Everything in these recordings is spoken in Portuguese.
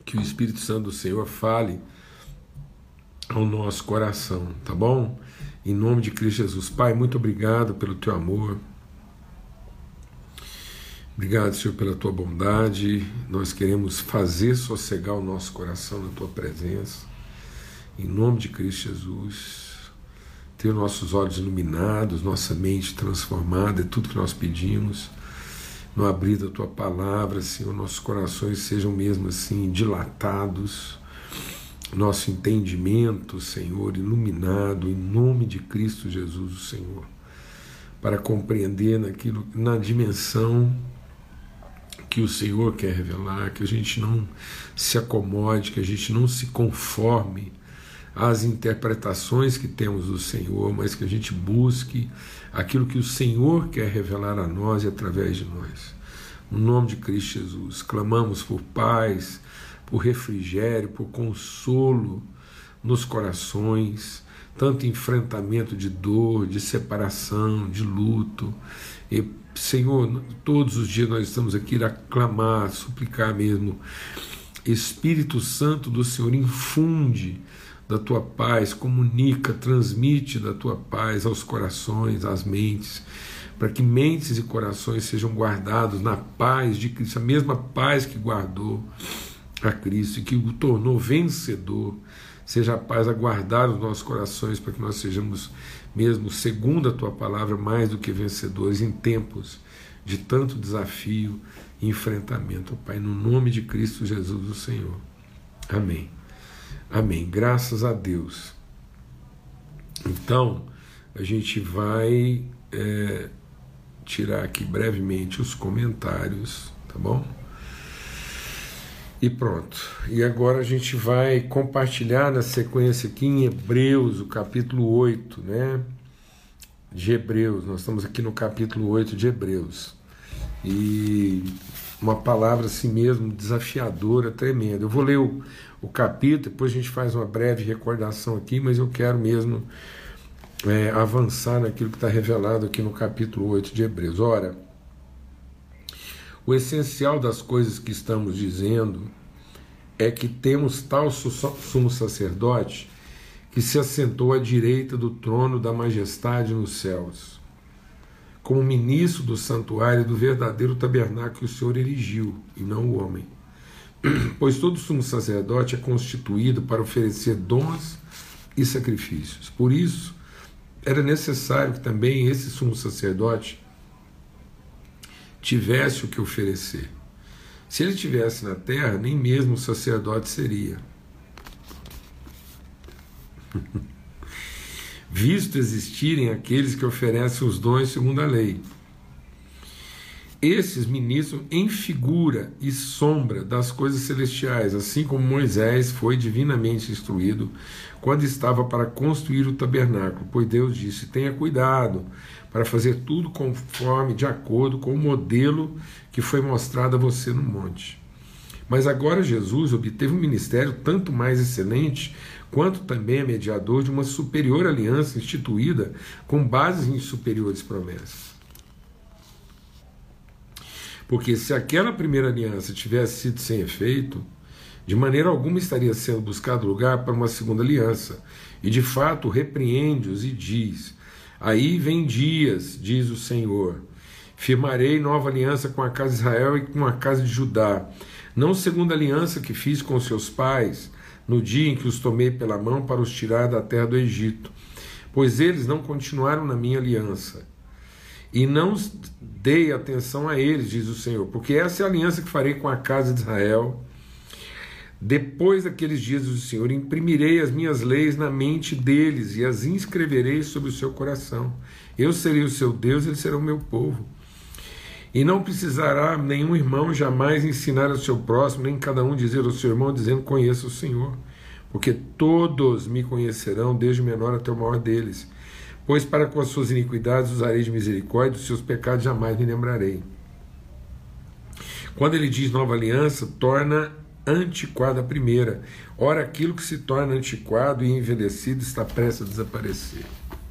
Que o Espírito Santo do Senhor fale ao nosso coração, tá bom? Em nome de Cristo Jesus. Pai, muito obrigado pelo teu amor. Obrigado, Senhor, pela tua bondade. Nós queremos fazer sossegar o nosso coração na tua presença. Em nome de Cristo Jesus. Ter nossos olhos iluminados, nossa mente transformada, é tudo que nós pedimos. No abrir da tua palavra, Senhor, nossos corações sejam mesmo assim dilatados. Nosso entendimento, Senhor, iluminado em nome de Cristo Jesus, o Senhor, para compreender na dimensão que o Senhor quer revelar, que a gente não se acomode, que a gente não se conforme às interpretações que temos do Senhor, mas que a gente busque aquilo que o Senhor quer revelar a nós e através de nós. No nome de Cristo Jesus, clamamos por paz, por refrigério, por consolo nos corações, tanto enfrentamento de dor, de separação, de luto. E, Senhor, todos os dias nós estamos aqui a clamar, suplicar mesmo. Espírito Santo do Senhor, infunde da tua paz, comunica, transmite da tua paz aos corações, às mentes, para que mentes e corações sejam guardados na paz de Cristo, a mesma paz que guardou a Cristo e que o tornou vencedor. Seja a paz a guardar os nossos corações para que nós sejamos mesmo, segundo a tua palavra, mais do que vencedores em tempos de tanto desafio e enfrentamento. Pai, no nome de Cristo Jesus, o Senhor. Amém. Amém. Graças a Deus. Então, a gente vai tirar aqui brevemente os comentários, tá bom? E pronto. E agora a gente vai compartilhar na sequência aqui em Hebreus, o capítulo 8, né? De Hebreus. Nós estamos aqui no capítulo 8 de Hebreus. E uma palavra assim mesmo desafiadora, tremenda. Eu vou ler o capítulo, depois a gente faz uma breve recordação aqui, mas eu quero mesmo avançar naquilo que está revelado aqui no capítulo 8 de Hebreus. Ora, o essencial das coisas que estamos dizendo é que temos tal sumo sacerdote que se assentou à direita do trono da majestade nos céus, como ministro do santuário do verdadeiro tabernáculo que o Senhor erigiu, e não o homem. Pois todo sumo sacerdote é constituído para oferecer dons e sacrifícios. Por isso, era necessário que também esse sumo sacerdote tivesse o que oferecer. Se ele estivesse na terra, nem mesmo sacerdote seria. Visto existirem aqueles que oferecem os dons segundo a lei. Esses ministram em figura e sombra das coisas celestiais, assim como Moisés foi divinamente instruído quando estava para construir o tabernáculo, pois Deus disse: tenha cuidado para fazer tudo conforme, de acordo com o modelo que foi mostrado a você no monte. Mas agora Jesus obteve um ministério tanto mais excelente, quanto também é mediador de uma superior aliança instituída com bases em superiores promessas. Porque se aquela primeira aliança tivesse sido sem efeito, de maneira alguma estaria sendo buscado lugar para uma segunda aliança. E de fato repreende-os e diz: aí vem dias, diz o Senhor, firmarei nova aliança com a casa de Israel e com a casa de Judá, não segundo a aliança que fiz com seus pais, no dia em que os tomei pela mão para os tirar da terra do Egito, pois eles não continuaram na minha aliança. E não dei atenção a eles, diz o Senhor, porque essa é a aliança que farei com a casa de Israel. Depois daqueles dias, diz o Senhor, imprimirei as minhas leis na mente deles e as inscreverei sobre o seu coração. Eu serei o seu Deus, eles serão o meu povo. E não precisará nenhum irmão jamais ensinar ao seu próximo, nem cada um dizer ao seu irmão, dizendo: conheça o Senhor, porque todos me conhecerão, desde o menor até o maior deles. Pois para com as suas iniquidades usarei de misericórdia, dos seus pecados jamais me lembrarei. Quando ele diz nova aliança, torna antiquada a primeira. Ora, aquilo que se torna antiquado e envelhecido está prestes a desaparecer.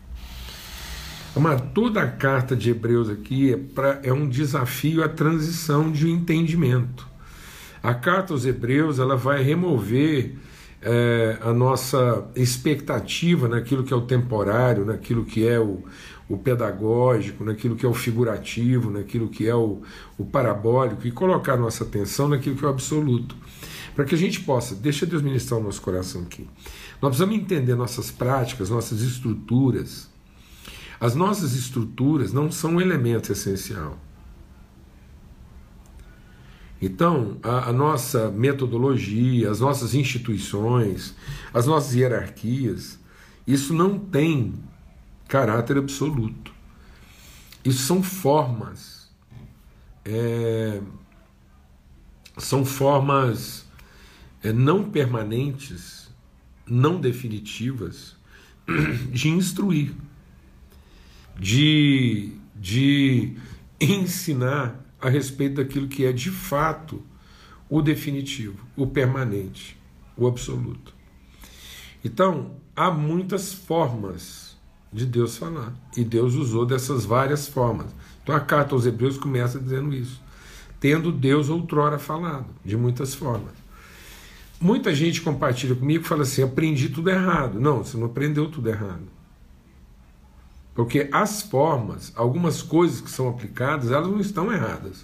Mas toda a carta de Hebreus aqui é um desafio à transição de entendimento. A carta aos Hebreus ela vai remover a nossa expectativa naquilo que é o temporário, naquilo que é o pedagógico, naquilo que é o figurativo, naquilo que é o parabólico, e colocar nossa atenção naquilo que é o absoluto. Para que a gente possa, deixa Deus ministrar o nosso coração aqui. Nós precisamos entender nossas práticas, nossas estruturas. As nossas estruturas não são um elemento essencial. Então, a nossa metodologia, as nossas instituições, as nossas hierarquias, isso não tem caráter absoluto. Isso são formas. São formas não permanentes, não definitivas, de instruir, de ensinar a respeito daquilo que é de fato o definitivo, o permanente, o absoluto. Então, há muitas formas de Deus falar, e Deus usou dessas várias formas. Então a carta aos Hebreus começa dizendo isso, tendo Deus outrora falado, de muitas formas. Muita gente compartilha comigo e fala assim, aprendi tudo errado. Não, você não aprendeu tudo errado. Porque as formas, algumas coisas que são aplicadas, elas não estão erradas.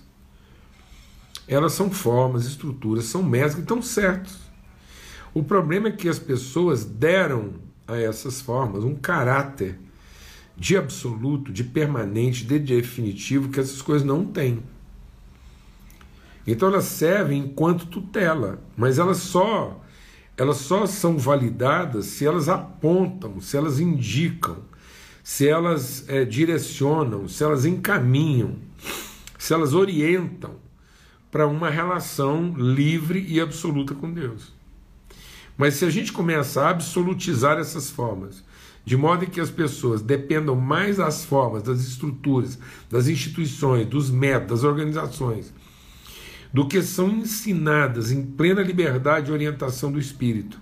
Elas são formas, estruturas, são métodos que estão certos. O problema é que as pessoas deram a essas formas um caráter de absoluto, de permanente, de definitivo, que essas coisas não têm. Então elas servem enquanto tutela, mas elas só são validadas se elas apontam, se elas indicam, se elas direcionam, se elas encaminham, se elas orientam para uma relação livre e absoluta com Deus. Mas se a gente começa a absolutizar essas formas, de modo que as pessoas dependam mais das formas, das estruturas, das instituições, dos métodos, das organizações, do que são ensinadas em plena liberdade e orientação do Espírito,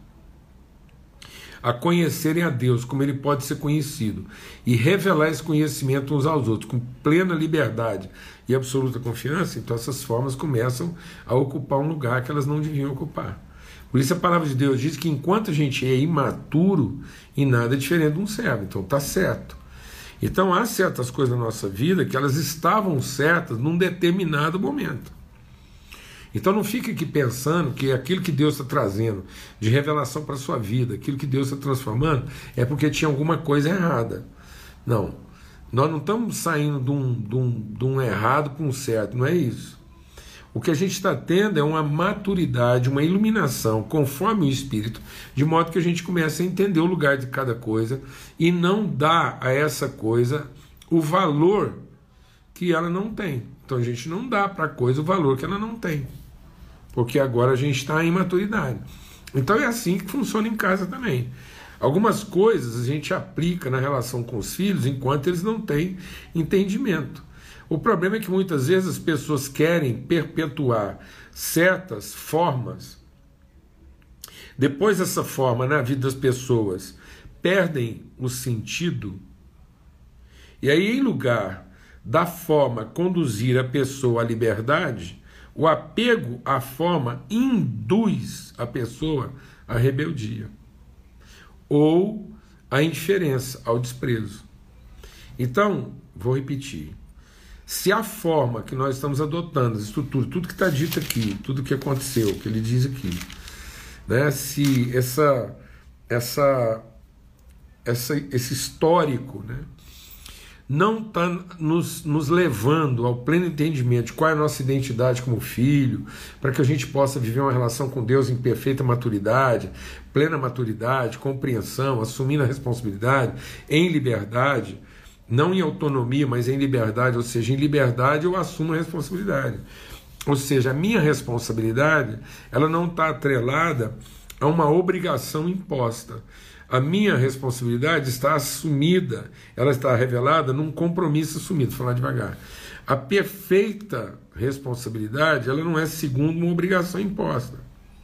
a conhecerem a Deus como Ele pode ser conhecido e revelar esse conhecimento uns aos outros com plena liberdade e absoluta confiança, então essas formas começam a ocupar um lugar que elas não deviam ocupar. Por isso a palavra de Deus diz que enquanto a gente é imaturo, em nada é diferente de um servo, então está certo. Então há certas coisas na nossa vida que elas estavam certas num determinado momento. Então não fique aqui pensando que aquilo que Deus está trazendo de revelação para a sua vida, aquilo que Deus está transformando, é porque tinha alguma coisa errada. Não, nós não estamos saindo de um errado para um certo, não é isso. O que a gente está tendo é uma maturidade, uma iluminação conforme o Espírito, de modo que a gente comece a entender o lugar de cada coisa e não dá a essa coisa o valor que ela não tem. Então a gente não dá para a coisa o valor que ela não tem, porque agora a gente está em maturidade. Então é assim que funciona em casa também. Algumas coisas a gente aplica na relação com os filhos enquanto eles não têm entendimento. O problema é que muitas vezes as pessoas querem perpetuar certas formas. Depois essa forma na vida das pessoas perdem o sentido. E aí, em lugar da forma conduzir a pessoa à liberdade, o apego à forma induz a pessoa à rebeldia ou à indiferença, ao desprezo. Então, vou repetir. Se a forma que nós estamos adotando, as estruturas, tudo que está dito aqui, tudo que aconteceu, que ele diz aqui, né, se esse histórico, né, não está nos levando ao pleno entendimento de qual é a nossa identidade como filho, para que a gente possa viver uma relação com Deus em perfeita maturidade, plena maturidade, compreensão, assumindo a responsabilidade, em liberdade, não em autonomia, mas em liberdade, ou seja, em liberdade eu assumo a responsabilidade. Ou seja, a minha responsabilidade, ela não está atrelada a uma obrigação imposta. A minha responsabilidade está assumida, ela está revelada num compromisso assumido. Vou falar devagar. A perfeita responsabilidade, ela não é segundo uma obrigação imposta.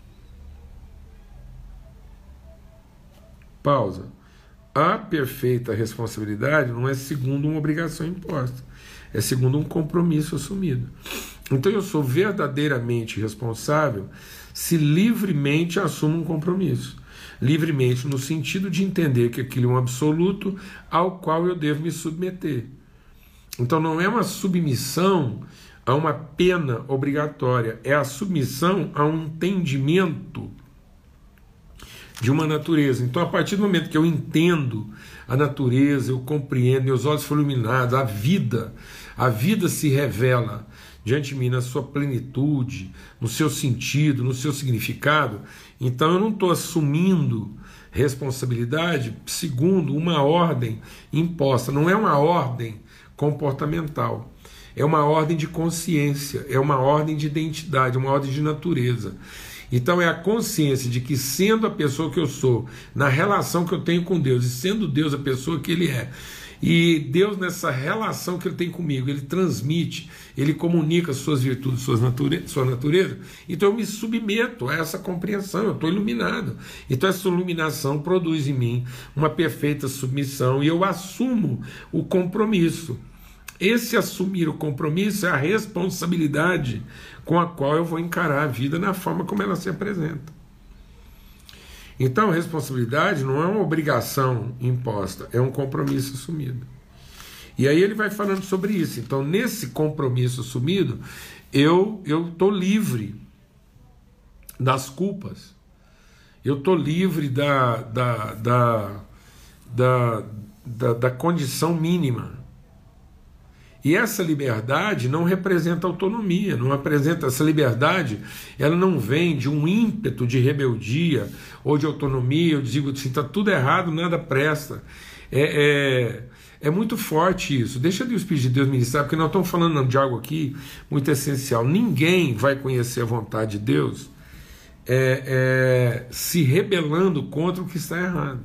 Pausa. A perfeita responsabilidade não é segundo uma obrigação imposta, é segundo um compromisso assumido. Então eu sou verdadeiramente responsável se livremente assumo um compromisso. Livremente no sentido de entender que aquilo é um absoluto ao qual eu devo me submeter. Então não é uma submissão a uma pena obrigatória, é a submissão a um entendimento de uma natureza. Então, a partir do momento que eu entendo a natureza, eu compreendo, meus olhos foram iluminados, a vida se revela diante de mim na sua plenitude, no seu sentido, no seu significado. Então eu não estou assumindo responsabilidade segundo uma ordem imposta, não é uma ordem comportamental, é uma ordem de consciência, é uma ordem de identidade, uma ordem de natureza. Então é a consciência de que, sendo a pessoa que eu sou, na relação que eu tenho com Deus, e sendo Deus a pessoa que Ele é, e Deus nessa relação que Ele tem comigo, Ele transmite, Ele comunica suas virtudes, sua natureza, então eu me submeto a essa compreensão, eu estou iluminado. Então essa iluminação produz em mim uma perfeita submissão e eu assumo o compromisso. Esse assumir o compromisso é a responsabilidade com a qual eu vou encarar a vida na forma como ela se apresenta. Então, responsabilidade não é uma obrigação imposta, é um compromisso assumido. E aí ele vai falando sobre isso. Então, nesse compromisso assumido, eu estou livre das culpas. Eu estou livre da condição mínima. E essa liberdade não representa autonomia, não representa essa liberdade, ela não vem de um ímpeto de rebeldia ou de autonomia. Eu digo assim, está tudo errado, nada presta. É muito forte isso. Deixa o Espírito de Deus ministrar, porque nós estamos falando de algo aqui muito essencial. Ninguém vai conhecer a vontade de Deus se rebelando contra o que está errado.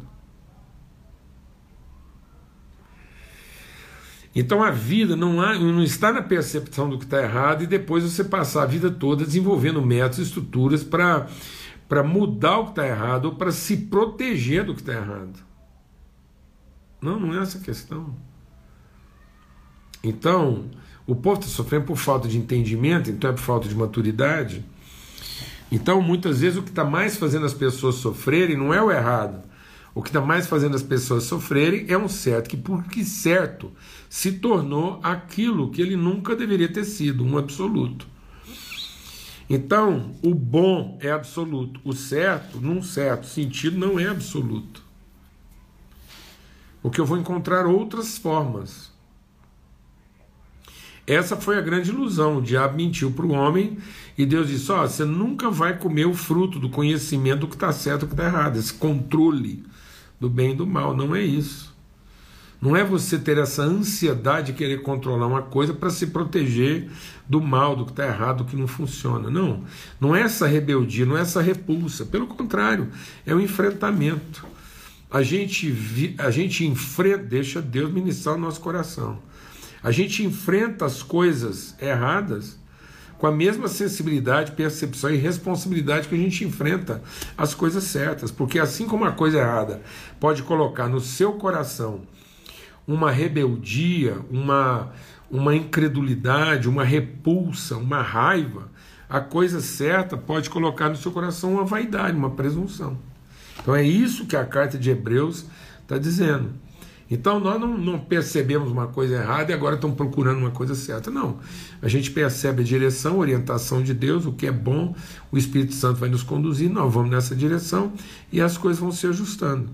Então a vida não está na percepção do que está errado e depois você passar a vida toda desenvolvendo métodos e estruturas para mudar o que está errado ou para se proteger do que está errado. Não é essa a questão. Então, o povo está sofrendo por falta de entendimento, então é por falta de maturidade. Então, muitas vezes, o que está mais fazendo as pessoas sofrerem não é o errado. O que está mais fazendo as pessoas sofrerem é um certo, que porque certo se tornou aquilo que ele nunca deveria ter sido, um absoluto. Então, o bom é absoluto, o certo, num certo sentido, não é absoluto. Porque eu vou encontrar outras formas. Essa foi a grande ilusão. O diabo mentiu para o homem e Deus disse: você nunca vai comer o fruto do conhecimento do que está certo e do que está errado, esse controle do bem e do mal. Não é isso. Não é você ter essa ansiedade de querer controlar uma coisa para se proteger do mal, do que está errado, do que não funciona. Não é essa rebeldia, não é essa repulsa. Pelo contrário, é um enfrentamento. A gente enfrenta, deixa Deus ministrar o nosso coração. A gente enfrenta as coisas erradas com a mesma sensibilidade, percepção e responsabilidade que a gente enfrenta as coisas certas. Porque assim como a coisa errada pode colocar no seu coração uma rebeldia, uma incredulidade, uma repulsa, uma raiva, a coisa certa pode colocar no seu coração uma vaidade, uma presunção. Então é isso que a carta de Hebreus está dizendo. Então nós não percebemos uma coisa errada e agora estamos procurando uma coisa certa. Não. A gente percebe a direção, a orientação de Deus, o que é bom, o Espírito Santo vai nos conduzir, nós vamos nessa direção e as coisas vão se ajustando.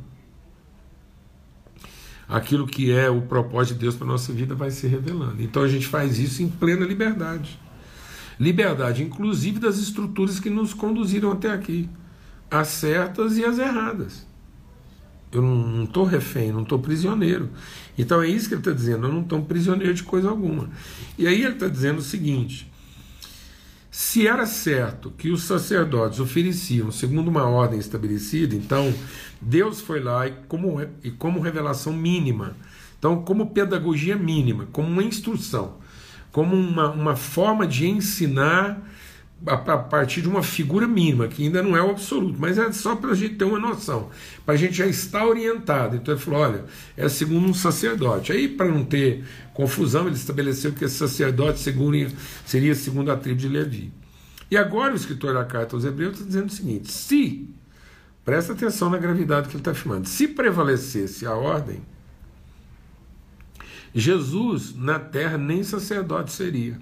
Aquilo que é o propósito de Deus para a nossa vida vai se revelando. Então a gente faz isso em plena liberdade. Liberdade, inclusive, das estruturas que nos conduziram até aqui. As certas e as erradas. Eu não estou refém, não estou prisioneiro. Então é isso que ele está dizendo, eu não estou prisioneiro de coisa alguma. E aí ele está dizendo o seguinte: se era certo que os sacerdotes ofereciam segundo uma ordem estabelecida, então Deus foi lá e como revelação mínima, então como pedagogia mínima, como uma instrução, como uma forma de ensinar a partir de uma figura mínima, que ainda não é o absoluto, mas é só para a gente ter uma noção, para a gente já estar orientado. Então ele falou, olha, é segundo um sacerdote. Aí, para não ter confusão, ele estabeleceu que esse sacerdote seria segundo a tribo de Levi. E agora o escritor da carta aos Hebreus está dizendo o seguinte: presta atenção na gravidade que ele está afirmando, se prevalecesse a ordem, Jesus na terra nem sacerdote seria.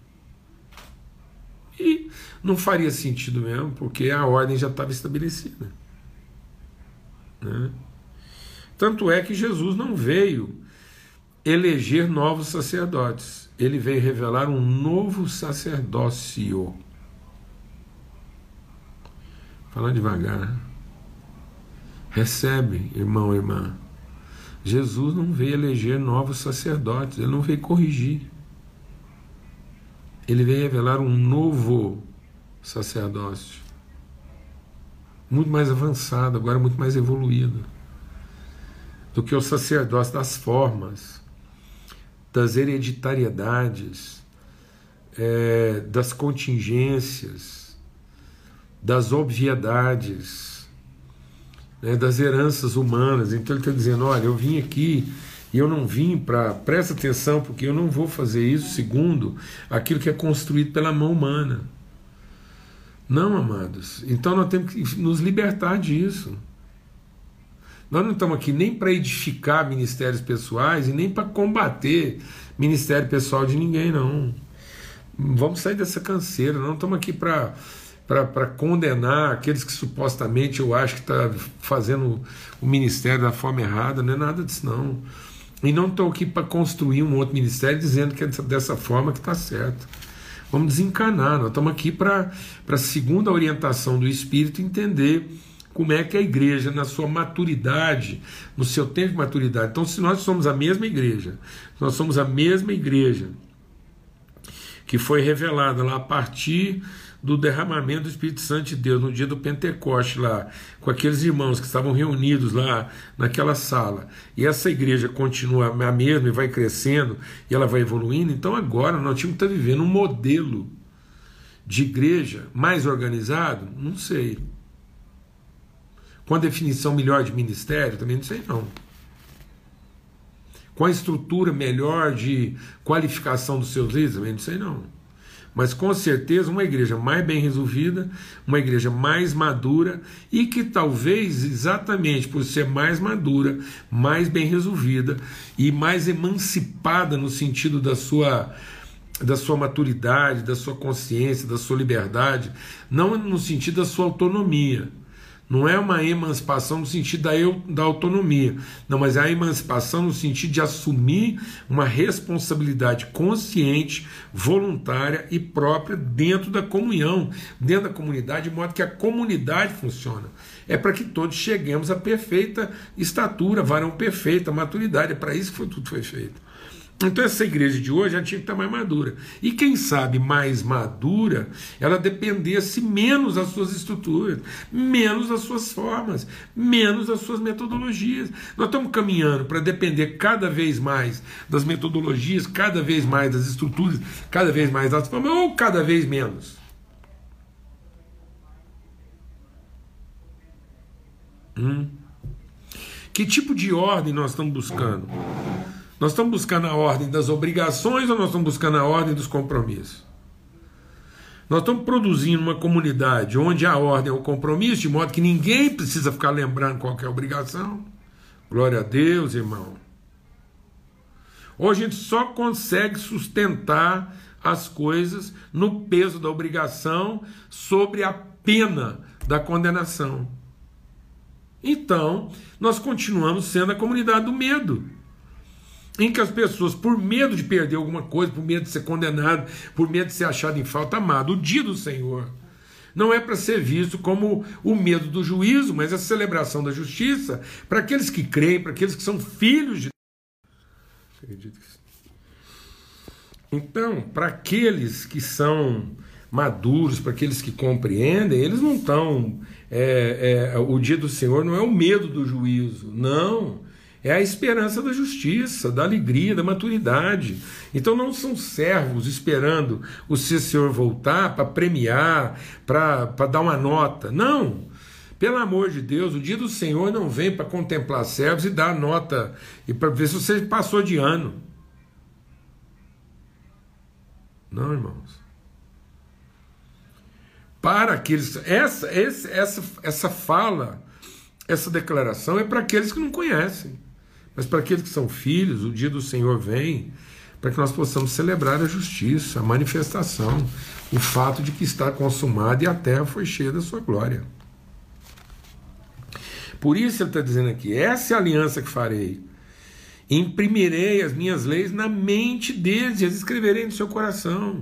E não faria sentido mesmo, porque a ordem já estava estabelecida, né? Tanto é que Jesus não veio eleger novos sacerdotes, ele veio revelar um novo sacerdócio. Fala devagar. Recebe, irmão e irmã. Jesus não veio eleger novos sacerdotes, ele não veio corrigir. Ele veio revelar um novo sacerdócio, muito mais avançado, agora muito mais evoluído, do que o sacerdócio das formas, das hereditariedades, das contingências, das obviedades, né, das heranças humanas. Então ele está dizendo, olha, eu vim aqui e eu não vim para... Presta atenção, porque eu não vou fazer isso segundo aquilo que é construído pela mão humana. Não, amados. Então nós temos que nos libertar disso. Nós não estamos aqui nem para edificar ministérios pessoais e nem para combater ministério pessoal de ninguém, não. Vamos sair dessa canseira. Não estamos aqui para condenar aqueles que supostamente eu acho que estão fazendo o ministério da forma errada. Não é nada disso, não. E não estou aqui para construir um outro ministério dizendo que é dessa forma que está certo. Vamos desencanar. Nós estamos aqui para, segundo a orientação do Espírito, entender como é que a igreja, na sua maturidade, no seu tempo de maturidade. Então, se nós somos a mesma igreja, nós somos a mesma igreja que foi revelada lá a partir do derramamento do Espírito Santo de Deus no dia do Pentecoste lá, com aqueles irmãos que estavam reunidos lá naquela sala, e essa igreja continua a mesma e vai crescendo e ela vai evoluindo. Então agora nós tínhamos que estar vivendo um modelo de igreja mais organizado, não sei, com a definição melhor de ministério, também não sei não, com a estrutura melhor de qualificação dos seus líderes, também não sei não. Mas com certeza uma igreja mais bem resolvida, uma igreja mais madura, e que talvez exatamente por ser mais madura, mais bem resolvida e mais emancipada no sentido da sua maturidade, da sua consciência, da sua liberdade, não no sentido da sua autonomia. Não é uma emancipação no sentido da autonomia, não, mas é a emancipação no sentido de assumir uma responsabilidade consciente, voluntária e própria dentro da comunhão, dentro da comunidade, de modo que a comunidade funciona. É para que todos cheguemos à perfeita estatura, varão perfeita, maturidade. É para isso que tudo foi feito. Então essa igreja de hoje já tinha que estar mais madura. E quem sabe mais madura, ela dependesse menos das suas estruturas, menos das suas formas, menos das suas metodologias. Nós estamos caminhando para depender cada vez mais das metodologias, cada vez mais das estruturas, cada vez mais das formas, ou cada vez menos. Que tipo de ordem nós estamos buscando? Nós estamos buscando a ordem das obrigações ou nós estamos buscando a ordem dos compromissos? Nós estamos produzindo uma comunidade onde a ordem é o compromisso, de modo que ninguém precisa ficar lembrando qual que é a obrigação? Glória a Deus, irmão. Ou a gente só consegue sustentar as coisas no peso da obrigação sobre a pena da condenação. Então, nós continuamos sendo a comunidade do medo, em que as pessoas, por medo de perder alguma coisa, por medo de ser condenado, por medo de ser achado em falta, amado, o dia do Senhor não é para ser visto como o medo do juízo, mas a celebração da justiça para aqueles que creem, para aqueles que são filhos de Deus. Acredito que sim. Então, para aqueles que são maduros, para aqueles que compreendem, eles não estão... o dia do Senhor não é o medo do juízo, não. É a esperança da justiça, da alegria, da maturidade. Então não são servos esperando o seu Senhor voltar para premiar, para dar uma nota. Não! Pelo amor de Deus, o dia do Senhor não vem para contemplar servos e dar nota e para ver se você passou de ano. Não, irmãos. Para aqueles. Essa fala, essa declaração é para aqueles que não conhecem. Mas para aqueles que são filhos, o dia do Senhor vem para que nós possamos celebrar a justiça, a manifestação, o fato de que está consumado e a terra foi cheia da sua glória. Por isso ele está dizendo aqui, essa é a aliança que farei. Imprimirei as minhas leis na mente deles e as escreverei no seu coração.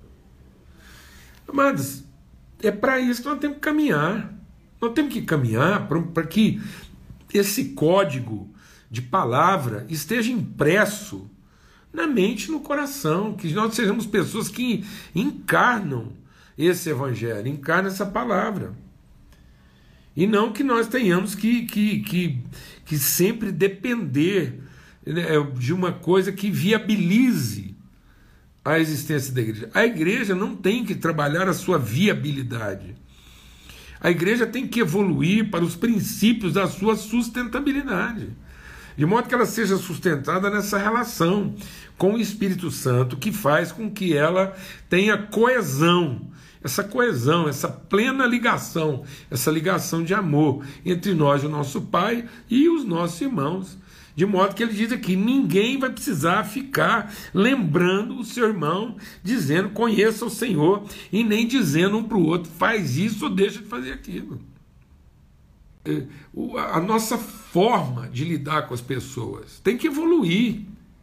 Amados, é para isso que nós temos que caminhar. Nós temos que caminhar para que esse código de palavra esteja impresso na mente e no coração, que nós sejamos pessoas que encarnam esse evangelho, encarnam essa palavra. E não que nós tenhamos que sempre depender de uma coisa que viabilize a existência da igreja. A igreja não tem que trabalhar a sua viabilidade. A igreja tem que evoluir para os princípios da sua sustentabilidade, de modo que ela seja sustentada nessa relação com o Espírito Santo, que faz com que ela tenha coesão, essa plena ligação, essa ligação de amor entre nós e o nosso Pai e os nossos irmãos. De modo que ele diz aqui, ninguém vai precisar ficar lembrando o seu irmão, dizendo, conheça o Senhor, e nem dizendo um para o outro, faz isso ou deixa de fazer aquilo. A nossa forma de lidar com as pessoas tem que evoluir.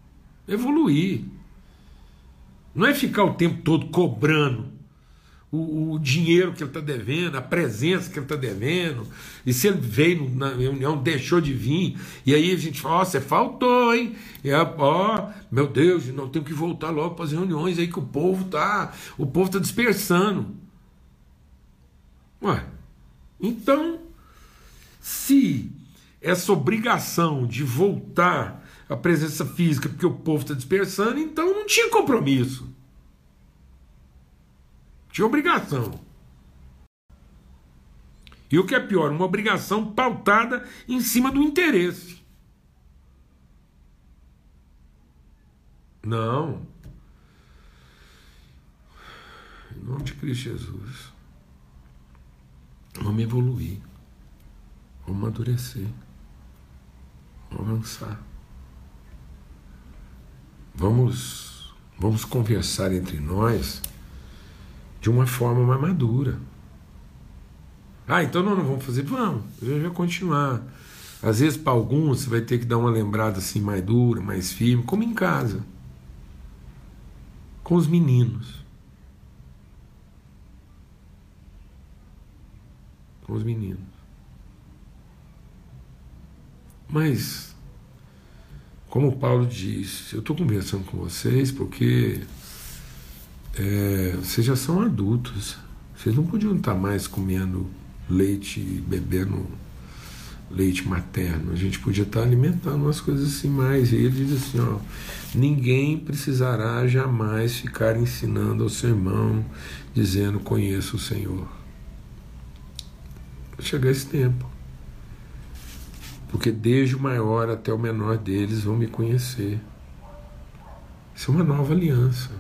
Não é ficar o tempo todo cobrando o dinheiro que ele está devendo, a presença que ele está devendo, e se ele veio na reunião, deixou de vir, e aí a gente fala, você faltou, hein? Meu Deus, não tenho que voltar logo para as reuniões aí que o povo tá dispersando. Ué, então, se essa obrigação de voltar à presença física porque o povo está dispersando, então não tinha compromisso. Tinha obrigação. E o que é pior, uma obrigação pautada em cima do interesse. Não. Em nome de Cristo Jesus. Vamos evoluir. Vamos amadurecer. Vamos avançar. Vamos conversar entre nós de uma forma mais madura. Então nós não vamos fazer? Vamos, eu já vou continuar. Às vezes para alguns você vai ter que dar uma lembrada assim mais dura, mais firme, como em casa. Com os meninos. Com os meninos. Mas, como Paulo diz, eu estou conversando com vocês porque vocês já são adultos. Vocês não podiam estar mais comendo leite, bebendo leite materno. A gente podia estar alimentando umas coisas assim mais. E ele diz assim, ninguém precisará jamais ficar ensinando ao seu irmão, dizendo, conheça o Senhor. Vai chegar esse tempo. Porque desde o maior até o menor deles vão me conhecer. Isso é uma nova aliança.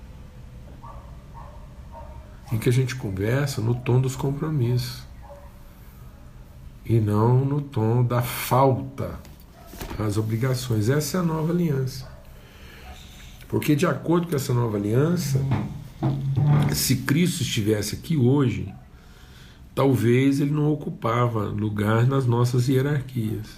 Em que a gente conversa no tom dos compromissos e não no tom da falta às obrigações. Essa é a nova aliança. Porque de acordo com essa nova aliança, se Cristo estivesse aqui hoje, talvez ele não ocupava lugar nas nossas hierarquias.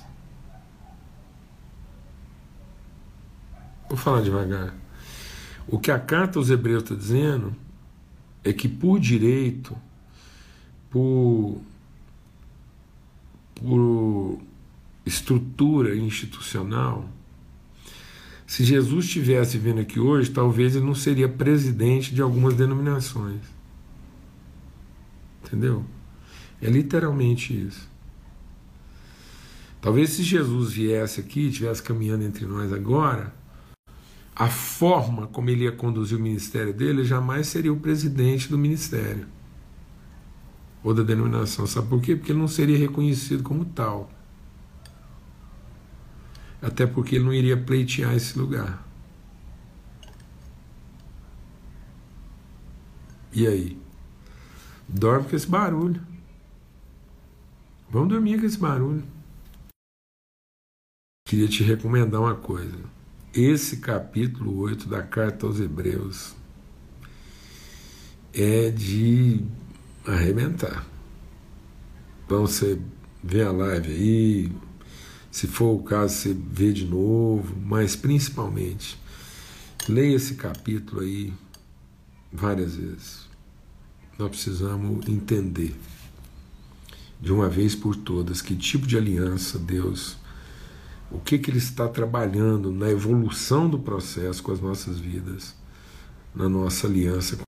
Vou falar devagar. O que a carta aos Hebreus está dizendo é que por direito, por estrutura institucional, se Jesus estivesse vindo aqui hoje, talvez ele não seria presidente de algumas denominações. Entendeu? É literalmente isso. Talvez se Jesus viesse aqui, estivesse caminhando entre nós agora, a forma como ele ia conduzir o ministério dele jamais seria o presidente do ministério ou da denominação. Sabe por quê? Porque ele não seria reconhecido como tal. Até porque ele não iria pleitear esse lugar. E aí? Dorme com esse barulho. Vamos dormir com esse barulho. Queria te recomendar uma coisa. Esse capítulo 8 da carta aos Hebreus é de arrebentar. Então você vê a live aí, se for o caso você vê de novo, mas principalmente leia esse capítulo aí várias vezes. Nós precisamos entender de uma vez por todas que tipo de aliança Deus, o que Ele está trabalhando na evolução do processo com as nossas vidas, na nossa aliança